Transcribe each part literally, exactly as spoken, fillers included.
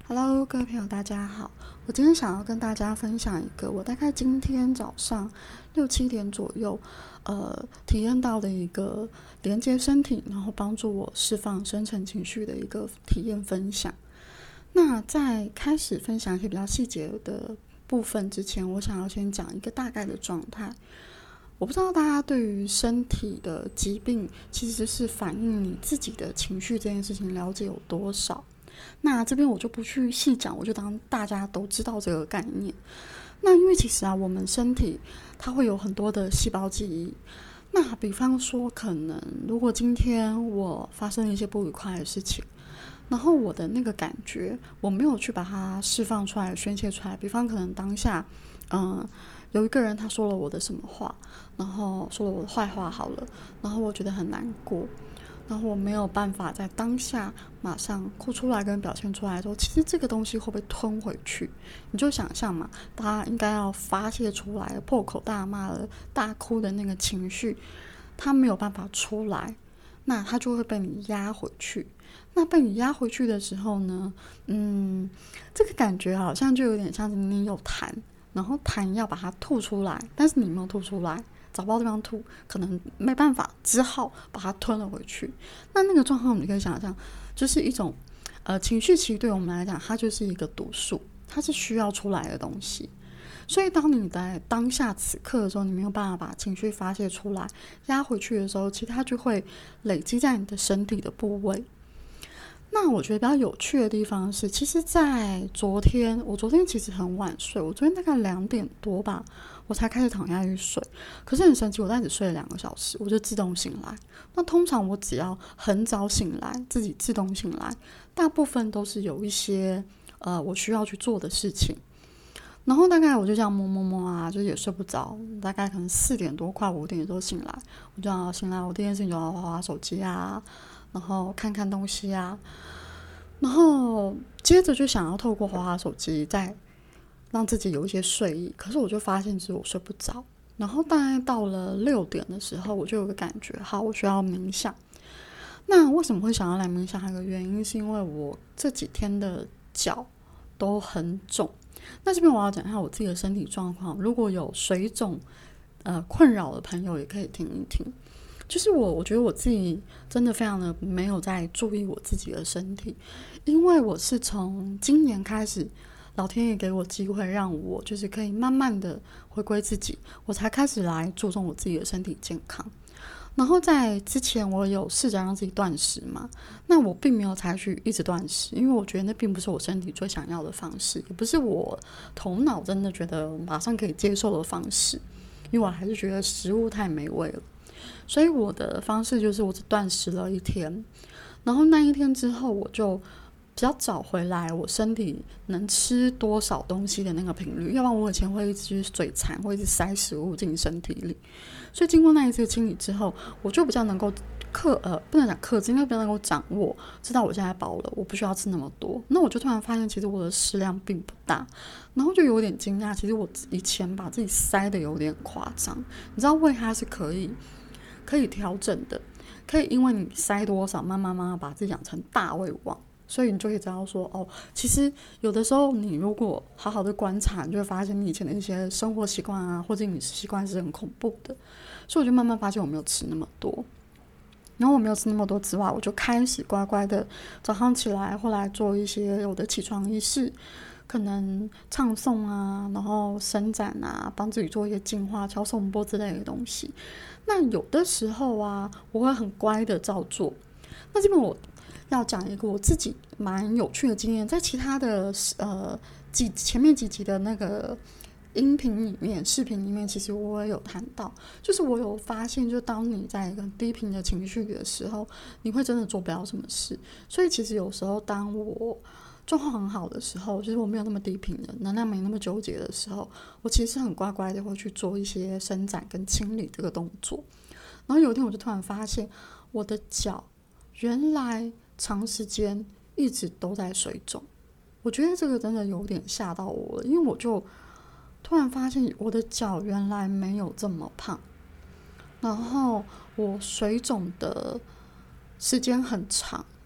Hello，各位朋友，大家好。我今天想要跟大家分享一个我大概今天早上六七点左右，呃，体验到的一个连接身体，然后帮助我释放深层情绪的一个体验分享。那在开始分享一些比较细节的部分之前，我想要先讲一个大概的状态。我不知道大家对于身体的疾病其实是反映你自己的情绪这件事情了解有多少。那这边我就不去细讲，我就当大家都知道这个概念。那因为其实啊，我们身体它会有很多的细胞记忆。那比方说，可能如果今天我发生了一些不愉快的事情，然后我的那个感觉我没有去把它释放出来、宣泄出来。比方可能当下，嗯，有一个人他说了我的什么话，然后说了我的坏话好了，然后我觉得很难过。然后我没有办法在当下马上哭出来跟表现出来的时候，其实这个东西会被吞回去。你就想象嘛，他应该要发泄出来破口大骂的大哭的那个情绪，他没有办法出来，那他就会被你压回去。那被你压回去的时候呢，嗯，这个感觉好像就有点像是你有痰，然后痰要把它吐出来，但是你没有吐出来，找不到地方吐，可能没办法，只好把它吞了回去。那那个状况你可以想象，就是一种呃情绪，其实对我们来讲，它就是一个毒素，它是需要出来的东西。所以当你在当下此刻的时候，你没有办法把情绪发泄出来，压回去的时候，其实它就会累积在你的身体的部位。那我觉得比较有趣的地方是，其实在昨天，我昨天其实很晚睡，我昨天大概两点多吧，我才开始躺下去睡。可是很神奇，我大概只睡了两个小时，我就自动醒来。那通常我只要很早醒来，自己自动醒来，大部分都是有一些呃我需要去做的事情。然后大概我就这样摸摸摸啊，就也睡不着，大概可能四点多快五点的时候醒来，我就要醒来，我第一件事情就要滑滑手机啊，然后看看东西啊，然后接着就想要透过滑滑手机再让自己有一些睡意。可是我就发现其实我睡不着。然后大概到了六点的时候，我就有个感觉，好，我需要冥想。那为什么会想要来冥想？还有一个原因是因为我这几天的脚都很肿。那这边我要讲一下我自己的身体状况，如果有水肿呃困扰的朋友也可以听一听。就是我我觉得我自己真的非常的没有在注意我自己的身体，因为我是从今年开始，老天爷给我机会让我就是可以慢慢的回归自己，我才开始来注重我自己的身体健康。然后在之前我有试着让自己断食嘛，那我并没有采取一直断食，因为我觉得那并不是我身体最想要的方式，也不是我头脑真的觉得马上可以接受的方式，因为我还是觉得食物太美味了。所以我的方式就是我只断食了一天，然后那一天之后我就比较早回来我身体能吃多少东西的那个频率，要不然我以前会一直嘴馋，会一直塞食物进身体里。所以经过那一次清理之后，我就比较能够克呃不能讲克制，应该比较能够掌握，知道我现在饱了，我不需要吃那么多。那我就突然发现，其实我的食量并不大，然后就有点惊讶。其实我以前把自己塞的有点夸张，你知道胃它是可以可以调整的，可以因为你塞多少，慢慢慢慢把自己养成大胃王。所以你就可以知道说，哦，其实有的时候你如果好好的观察，你就会发现你以前的一些生活习惯啊，或者饮食习惯是很恐怖的。所以我就慢慢发现我没有吃那么多，然后我没有吃那么多之外，我就开始乖乖的早上起来，后来做一些我的起床仪式，可能唱诵啊，然后伸展啊，帮自己做一些净化、敲颂钵之类的东西。那有的时候啊，我会很乖的照做。那这边我要讲一个我自己蛮有趣的经验，在其他的呃几前面几集的那个音频里面、视频里面，其实我也有谈到，就是我有发现，就当你在一个低频的情绪的时候，你会真的做不了什么事。所以其实有时候当我状况很好的时候，就是我没有那么低频的能量没那么纠结的时候，我其实很乖乖的会去做一些伸展跟清理这个动作。然后有一天我就突然发现，我的脚原来长时间一直都在水肿。我觉得这个真的有点吓到我了，因为我就突然发现我的脚原来没有这么胖，然后我水肿的时间很长，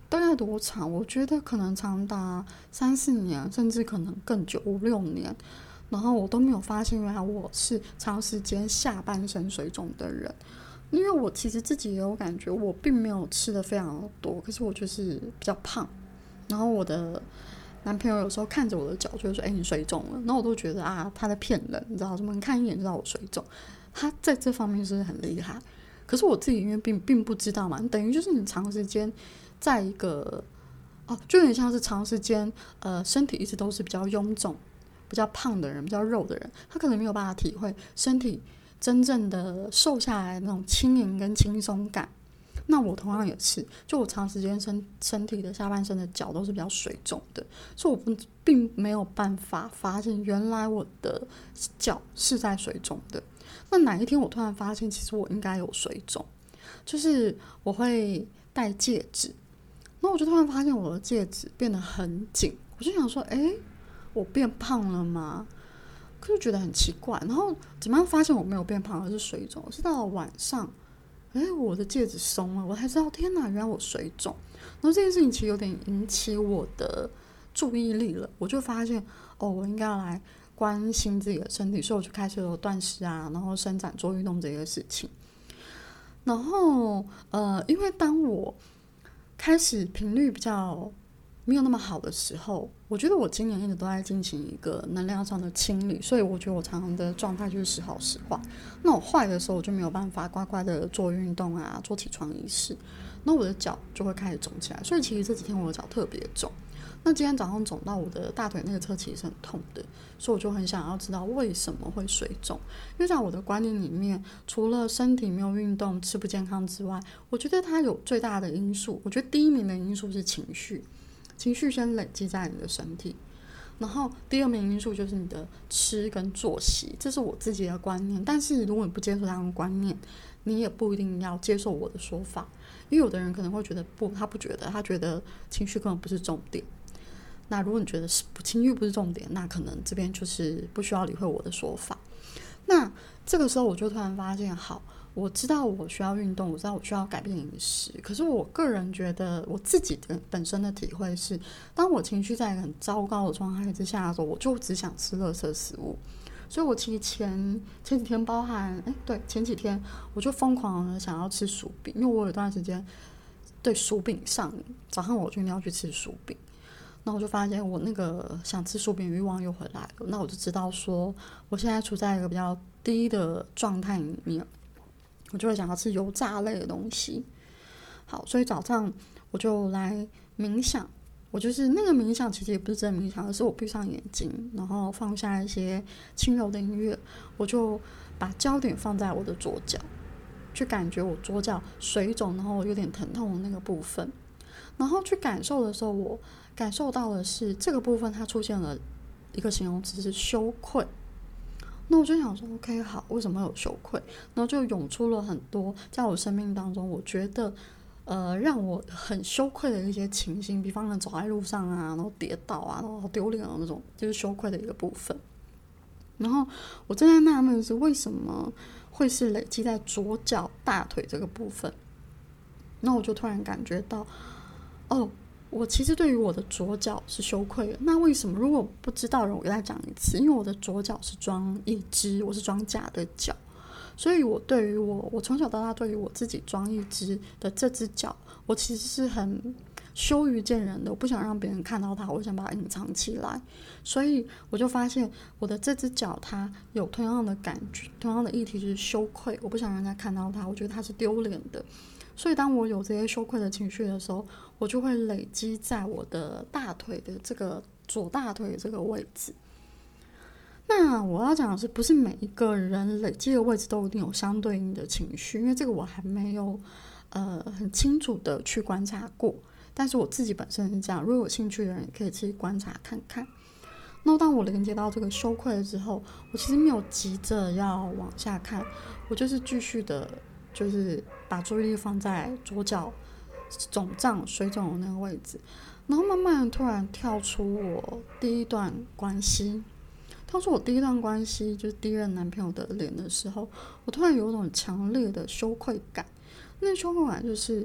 大概多长？我觉得可能长达三四年，甚至可能更久，五六年。然后我都没有发现，原来我是长时间下半身水肿的人。因为我其实自己也有感觉，我并没有吃的非常的多，可是我就是比较胖。然后我的男朋友有时候看着我的脚就会说：“哎、欸，你水肿了。”然后我都觉得啊，他在骗人，你知道，什么看一眼就知道我水肿。他在这方面是很厉害，可是我自己因为并并不知道嘛，等于就是你长时间在一个哦，就有点像是长时间呃身体一直都是比较臃肿、比较胖的人、比较肉的人，他可能没有办法体会身体真正的瘦下来的那种轻盈跟轻松感。那我同样也是，就我长时间身身体的下半身的脚都是比较水肿的，所以我并没有办法发现原来我的脚是在水肿的。那哪一天我突然发现，其实我应该有水肿，就是我会戴戒指，那我就突然发现我的戒指变得很紧，我就想说，哎，我变胖了吗？可是觉得很奇怪，然后怎么样发现我没有变胖而是水肿？是到了晚上，哎，我的戒指松了，我才知道，天哪，原来我水肿。然后这件事情其实有点引起我的注意力了，我就发现，哦，我应该要来关心自己的身体，所以我就开始有断食啊，然后伸展做运动这些事情。然后呃，因为当我开始频率比较没有那么好的时候，我觉得我今年一直都在进行一个能量上的清理，所以我觉得我常常的状态就是时好时坏。那我坏的时候，我就没有办法乖乖的做运动啊，做起床仪式，那我的脚就会开始肿起来。所以其实这几天我的脚特别肿。那今天早上肿到我的大腿那个侧其实是很痛的，所以我就很想要知道为什么会水肿。因为在我的观念里面，除了身体没有运动、吃不健康之外，我觉得它有最大的因素，我觉得第一名的因素是情绪，情绪先累积在你的身体。然后第二名因素就是你的吃跟作息，这是我自己的观念。但是如果你不接受这样的观念，你也不一定要接受我的说法，因为有的人可能会觉得不，他不觉得，他觉得情绪根本不是重点。那如果你觉得是情绪不是重点，那可能这边就是不需要理会我的说法。那这个时候我就突然发现，好，我知道我需要运动，我知道我需要改变饮食，可是我个人觉得我自己的本身的体会是，当我情绪在一个很糟糕的状态之下的时候，我就只想吃垃圾食物。所以我其实前前几天包含哎对前几天我就疯狂的想要吃薯饼，因为我有段时间对薯饼上瘾，早上我就一定要去吃薯饼。那我就发现我那个想吃薯饼欲望又回来了，那我就知道说我现在处在一个比较低的状态里面，我就会想要吃油炸类的东西。好，所以早上我就来冥想，我就是那个冥想其实也不是真的冥想，而是我闭上眼睛，然后放下一些轻柔的音乐，我就把焦点放在我的左脚，去感觉我左脚水肿然后有点疼痛的那个部分。然后去感受的时候，我感受到的是这个部分它出现了一个形容词是羞愧。那我就想说 OK 好，为什么有羞愧？然后就涌出了很多在我生命当中我觉得呃让我很羞愧的一些情形，比方说走在路上啊，然后跌倒啊，然后好丢脸的那种，就是羞愧的一个部分。然后我正在纳闷的是为什么会是累积在左脚大腿这个部分。那我就突然感觉到哦，我其实对于我的左脚是羞愧的。那为什么？如果不知道的人，我再讲一次。因为我的左脚是装一只，我是装假的脚，所以我对于我，我从小到大对于我自己装一只的这只脚，我其实是很羞于见人的。我不想让别人看到它，我想把它隐藏起来。所以我就发现我的这只脚它有同样的感觉，同样的议题就是羞愧。我不想让人家看到它，我觉得它是丢脸的。所以当我有这些羞愧的情绪的时候，我就会累积在我的大腿的这个左大腿的这个位置。那我要讲的是，不是每一个人累积的位置都一定有相对应的情绪，因为这个我还没有呃很清楚的去观察过。但是我自己本身是这样，如果有兴趣的人也可以去观察看看。那当我连接到这个羞愧了之后，我其实没有急着要往下看，我就是继续的就是把注意力放在左脚肿胀水肿的那个位置，然后慢慢突然跳出我第一段关系，跳出我第一段关系就是第一任男朋友的脸的时候，我突然有一种强烈的羞愧感。那羞愧感就是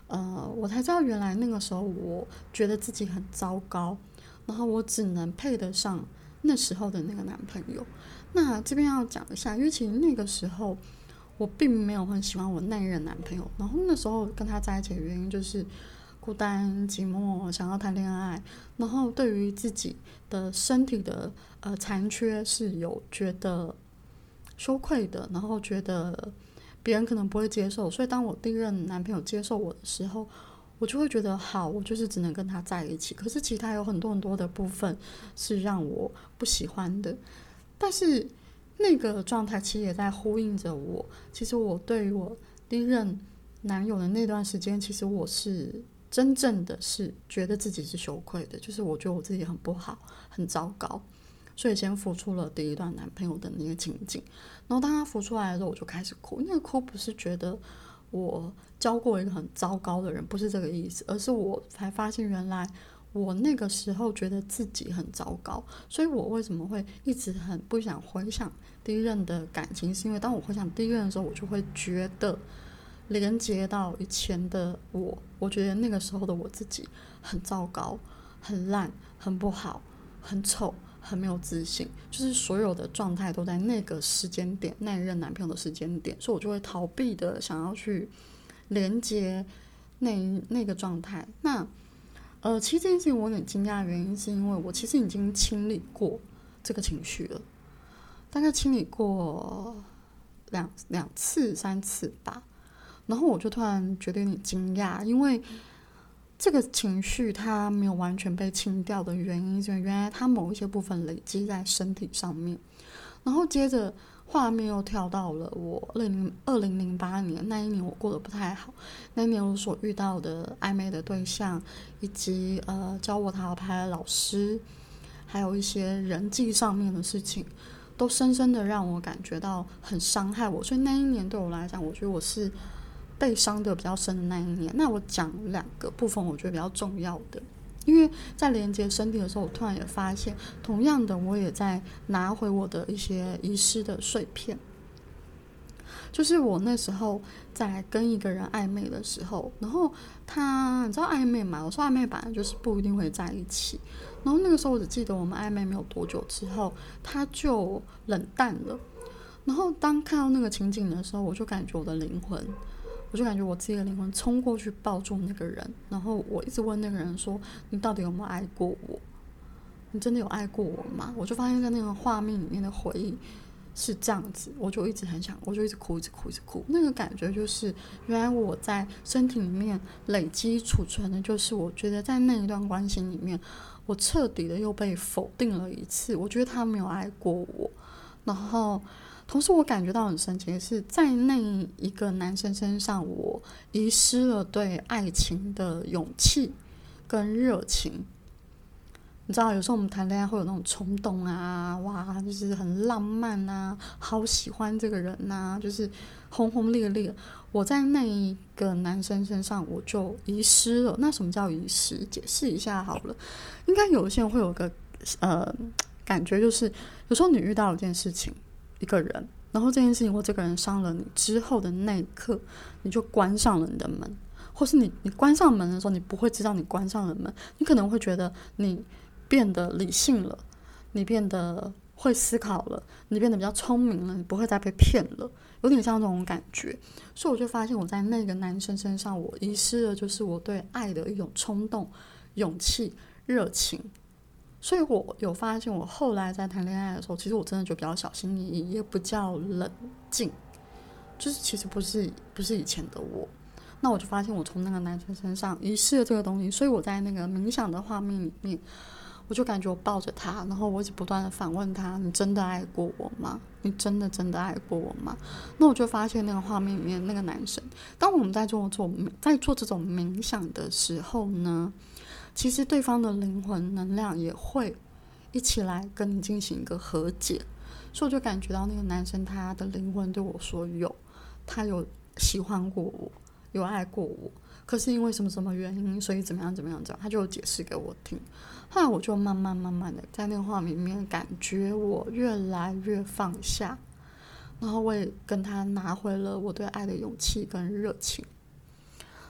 呃，我才知道原来那个时候我觉得自己很糟糕，然后我只能配得上那时候的那个男朋友。那这边要讲一下，因为其实那个时候我并没有很喜欢我那一任男朋友，然后那时候跟他在一起的原因就是孤单寂寞，想要谈恋爱，然后对于自己的身体的呃残缺是有觉得羞愧的，然后觉得别人可能不会接受，所以当我第一任男朋友接受我的时候，我就会觉得好，我就是只能跟他在一起。可是其他有很多很多的部分是让我不喜欢的，但是那个状态其实也在呼应着我。其实我对于我第一任男友的那段时间，其实我是真正的是觉得自己是羞愧的，就是我觉得我自己很不好，很糟糕。所以先浮出了第一段男朋友的那个情景，然后当他浮出来的时候，我就开始哭。那个哭不是觉得我交过一个很糟糕的人，不是这个意思，而是我才发现原来我那个时候觉得自己很糟糕。所以我为什么会一直很不想回想第一任的感情，是因为当我回想第一任的时候，我就会觉得连接到以前的我，我觉得那个时候的我自己很糟糕，很烂，很不好，很丑，很没有自信，就是所有的状态都在那个时间点，那一任男朋友的时间点，所以我就会逃避的想要去连接那那个状态。那呃，其实这件事情我有点惊讶的原因，是因为我其实已经清理过这个情绪了，大概清理过两两次、三次吧。然后我就突然觉得有点惊讶，因为这个情绪它没有完全被清掉的原因，是因为原来它某一些部分累积在身体上面。然后接着画面又跳到了我二零二零零八年那一年，我过得不太好。那一年我所遇到的暧昧的对象，以及呃教我塔罗牌的老师，还有一些人际上面的事情，都深深的让我感觉到很伤害我。所以那一年对我来讲，我觉得我是被伤的比较深的那一年。那我讲两个部分我觉得比较重要的，因为在连接身体的时候，我突然也发现同样的我也在拿回我的一些遗失的碎片。就是我那时候在跟一个人暧昧的时候，然后他你知道暧昧嘛，我说暧昧本来就是不一定会在一起，然后那个时候我只记得我们暧昧没有多久之后他就冷淡了。然后当看到那个情景的时候，我就感觉我的灵魂我就感觉我自己的灵魂冲过去抱住那个人，然后我一直问那个人说，你到底有没有爱过我？你真的有爱过我吗？我就发现在那个画面里面的回忆是这样子，我就一直很想，我就一直哭一直哭一直哭。那个感觉就是原来我在身体里面累积储存的，就是我觉得在那一段关系里面，我彻底的又被否定了一次。我觉得他没有爱过我，然后同时我感觉到很神奇的是，在那一个男生身上，我遗失了对爱情的勇气跟热情。你知道有时候我们谈恋爱会有那种冲动啊，哇，就是很浪漫啊，好喜欢这个人啊，就是轰轰烈烈。我在那一个男生身上我就遗失了。那什么叫遗失？解释一下好了。应该有些人会有个呃感觉，就是有时候你遇到一件事情，一个人，然后这件事情或这个人伤了你之后的那一刻，你就关上了你的门，或是你你关上门的时候，你不会知道你关上了门，你可能会觉得你变得理性了，你变得会思考了，你变得比较聪明了，你不会再被骗了，有点像这种感觉。所以我就发现我在那个男生身上，我遗失了就是我对爱的一种冲动、勇气、热情。所以我有发现，我后来在谈恋爱的时候，其实我真的就比较小心翼翼，也比较冷静，就是其实不是不是以前的我。那我就发现我从那个男生身上遗失了这个东西，所以我在那个冥想的画面里面，我就感觉我抱着他，然后我一直不断的反问他，你真的爱过我吗？你真的真的爱过我吗？那我就发现那个画面里面那个男生，当我们在做做在做这种冥想的时候呢，其实对方的灵魂能量也会一起来跟你进行一个和解。所以我就感觉到那个男生他的灵魂对我说，有他有喜欢过我，有爱过我，可是因为什么什么原因，所以怎么样怎么样这样，他就有解释给我听。后来我就慢慢慢慢的在那个画面里面感觉我越来越放下，然后我也跟他拿回了我对爱的勇气跟热情。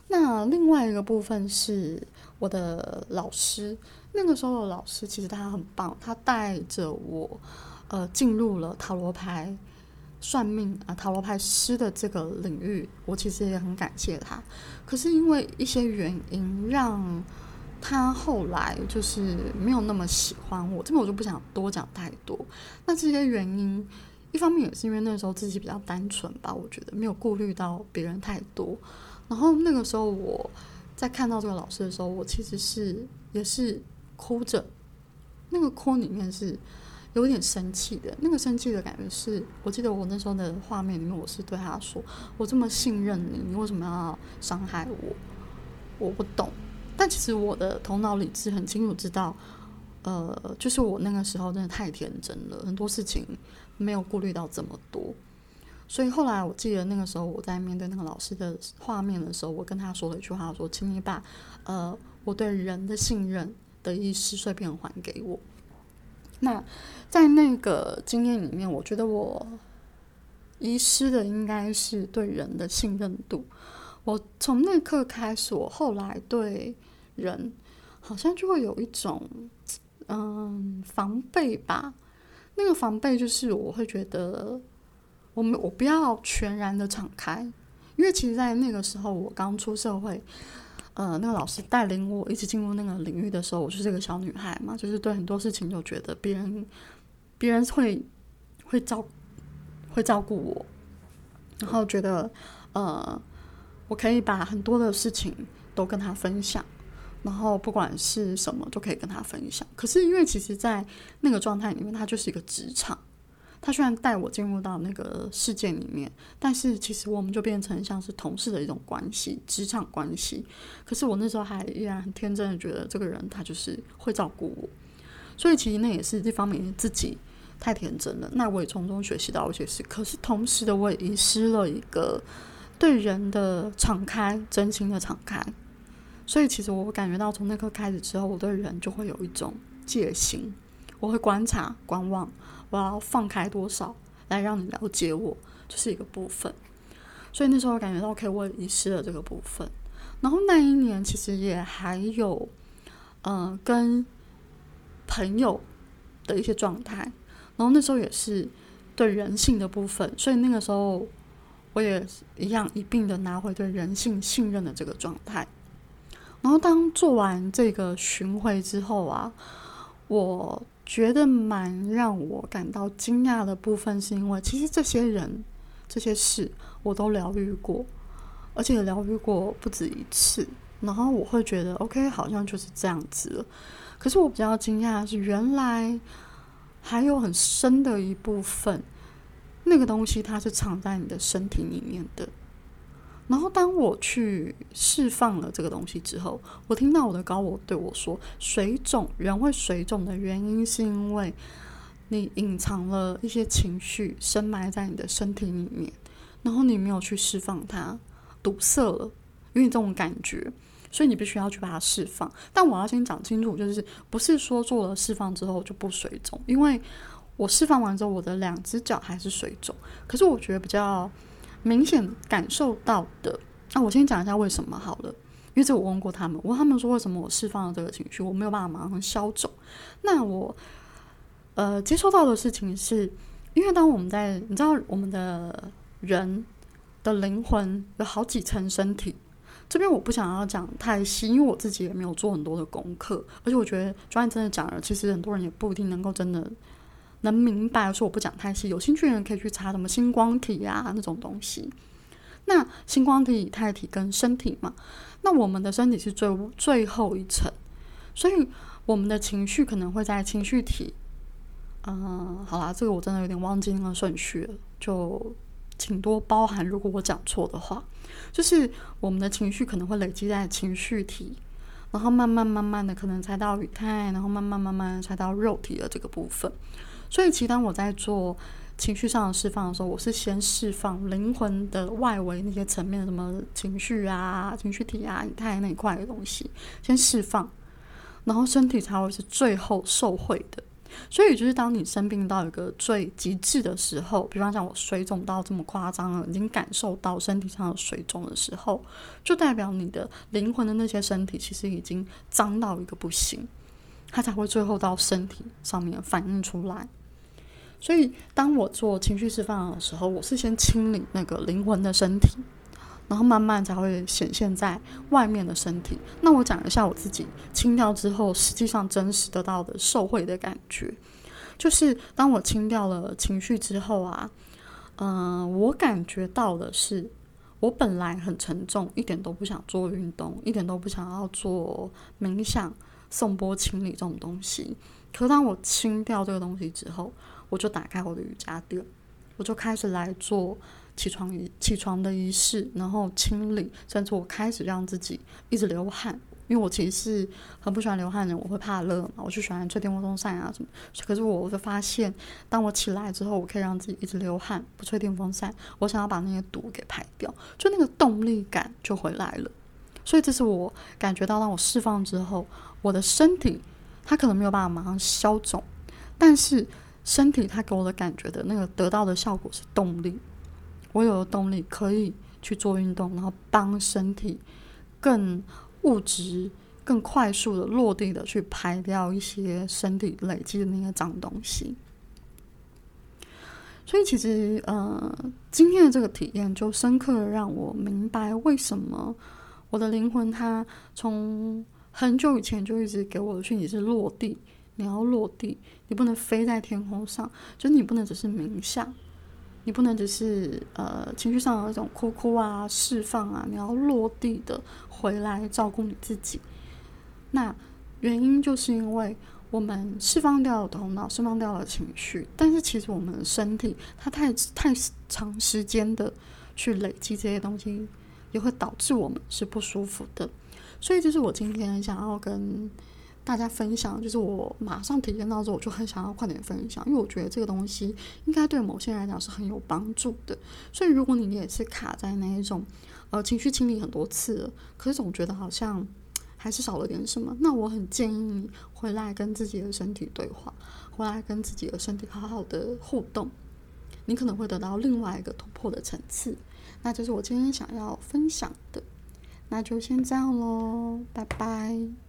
那另外一个部分是我的老师，那个时候的老师其实他很棒，他带着我呃进入了塔罗牌算命啊、塔罗牌师的这个领域，我其实也很感谢他。可是因为一些原因，让他后来就是没有那么喜欢我，这边我就不想多讲太多。那这些原因，一方面也是因为那时候自己比较单纯吧，我觉得没有顾虑到别人太多。然后那个时候我在看到这个老师的时候，我其实是也是哭着，那个哭里面是有点生气的，那个生气的感觉是，我记得我那时候的画面里面，我是对他说：“我这么信任你，你为什么要伤害我？我不懂。”但其实我的头脑理智很清楚知道，呃，就是我那个时候真的太天真了，很多事情没有顾虑到这么多。所以后来我记得那个时候我在面对那个老师的画面的时候，我跟他说了一句话，说：“请你把呃我对人的信任的意识碎片还给我。”那在那个经验里面，我觉得我遗失的应该是对人的信任度。我从那刻开始，我后来对人好像就会有一种嗯防备吧。那个防备就是我会觉得我们我不要全然的敞开，因为其实在那个时候我刚出社会，呃，那个老师带领我一直进入那个领域的时候，我就是个小女孩嘛，就是对很多事情就觉得别人别人会会照会照顾我，然后觉得呃我可以把很多的事情都跟他分享，然后不管是什么都可以跟他分享。可是因为其实在那个状态里面，它就是一个职场，他虽然带我进入到那个世界里面，但是其实我们就变成像是同事的一种关系，职场关系。可是我那时候还依然很天真的觉得这个人他就是会照顾我，所以其实那也是这方面自己太天真了。那我也从中学习到一些事，可是同时的我也遗失了一个对人的敞开，真心的敞开。所以其实我感觉到从那刻开始之后，我对人就会有一种戒心，我会观察观望，我要放开多少来让你了解我，这、就是一个部分。所以那时候感觉到 OK 我遗失了这个部分。然后那一年其实也还有嗯、呃、跟朋友的一些状态，然后那时候也是对人性的部分，所以那个时候我也一样一并的拿回对人性信任的这个状态。然后当做完这个巡回之后啊，我觉得蛮让我感到惊讶的部分是因为其实这些人这些事我都疗愈过，而且疗愈过不止一次，然后我会觉得 OK 好像就是这样子了。可是我比较惊讶的是原来还有很深的一部分，那个东西它是藏在你的身体里面的。然后当我去释放了这个东西之后，我听到我的高我对我说，水肿人会水肿的原因是因为你隐藏了一些情绪，深埋在你的身体里面，然后你没有去释放它，堵塞了，因为这种感觉，所以你必须要去把它释放。但我要先讲清楚，就是不是说做了释放之后就不水肿，因为我释放完之后我的两只脚还是水肿。可是我觉得比较明显感受到的，那、啊、我先讲一下为什么好了，因为这我问过他们，我问他们说为什么我释放了这个情绪，我没有办法马上消肿。那我呃接收到的事情是，因为当我们在你知道我们的人的灵魂有好几层身体，这边我不想要讲太细，因为我自己也没有做很多的功课，而且我觉得专业真的讲了，其实很多人也不一定能够真的能明白，所以我不讲太细，有兴趣的人可以去查什么星光体啊那种东西。那星光体、以太体跟身体嘛，那我们的身体是最最后一层，所以我们的情绪可能会在情绪体。嗯，好啦，这个我真的有点忘记那个顺序了，就请多包涵，如果我讲错的话。就是我们的情绪可能会累积在情绪体，然后慢慢慢慢的可能才到语态，然后慢慢慢慢才到肉体的这个部分。所以其实当我在做情绪上的释放的时候，我是先释放灵魂的外围那些层面的什么情绪啊、情绪体啊、以太那一块的东西先释放，然后身体才会是最后受惠的。 所以就是当你生病到一个最极致的时候，比方讲我水肿到这么夸张了，已经感受到身体上的水肿的时候，就代表你的灵魂的那些身体其实已经脏到一个不行，它才会最后到身体上面反映出来。所以当我做情绪释放的时候，我是先清理那个灵魂的身体，然后慢慢才会显现在外面的身体。那我讲一下我自己清掉之后实际上真实得到的受惠的感觉，就是当我清掉了情绪之后啊，嗯、呃，我感觉到的是我本来很沉重，一点都不想做运动，一点都不想要做冥想、颂钵清理这种东西。可是当我清掉这个东西之后，我就打开我的瑜伽垫，我就开始来做起床起床的仪式，然后清理，甚至我开始让自己一直流汗，因为我其实是很不喜欢流汗的人，我会怕热嘛，我就喜欢吹电风扇啊什么。可是我就发现，当我起来之后，我可以让自己一直流汗，不吹电风扇，我想要把那些毒给排掉，就那个动力感就回来了。所以这是我感觉到，当我释放之后，我的身体它可能没有办法马上消肿，但是身体它给我的感觉的那个得到的效果是动力，我有了动力可以去做运动，然后帮身体更物质、更快速的落地的去排掉一些身体累积的那些脏东西。所以其实呃，今天的这个体验就深刻的让我明白，为什么我的灵魂它从很久以前就一直给我的讯息是落地，你要落地，你不能飞在天空上，就是你不能只是冥想，你不能只是呃情绪上的那种哭哭啊、释放啊，你要落地的回来照顾你自己。那原因就是因为我们释放掉了头脑，释放掉了情绪，但是其实我们的身体它太太长时间的去累积这些东西，也会导致我们是不舒服的。所以这是我今天想要跟大家分享，就是我马上体验到之后，我就很想要快点分享，因为我觉得这个东西应该对某些人来讲是很有帮助的。所以如果你也是卡在那一种呃情绪清理很多次了，可是总觉得好像还是少了点什么，那我很建议你回来跟自己的身体对话，回来跟自己的身体好好的互动，你可能会得到另外一个突破的层次。那这是我今天想要分享的，那就先这样咯，拜拜。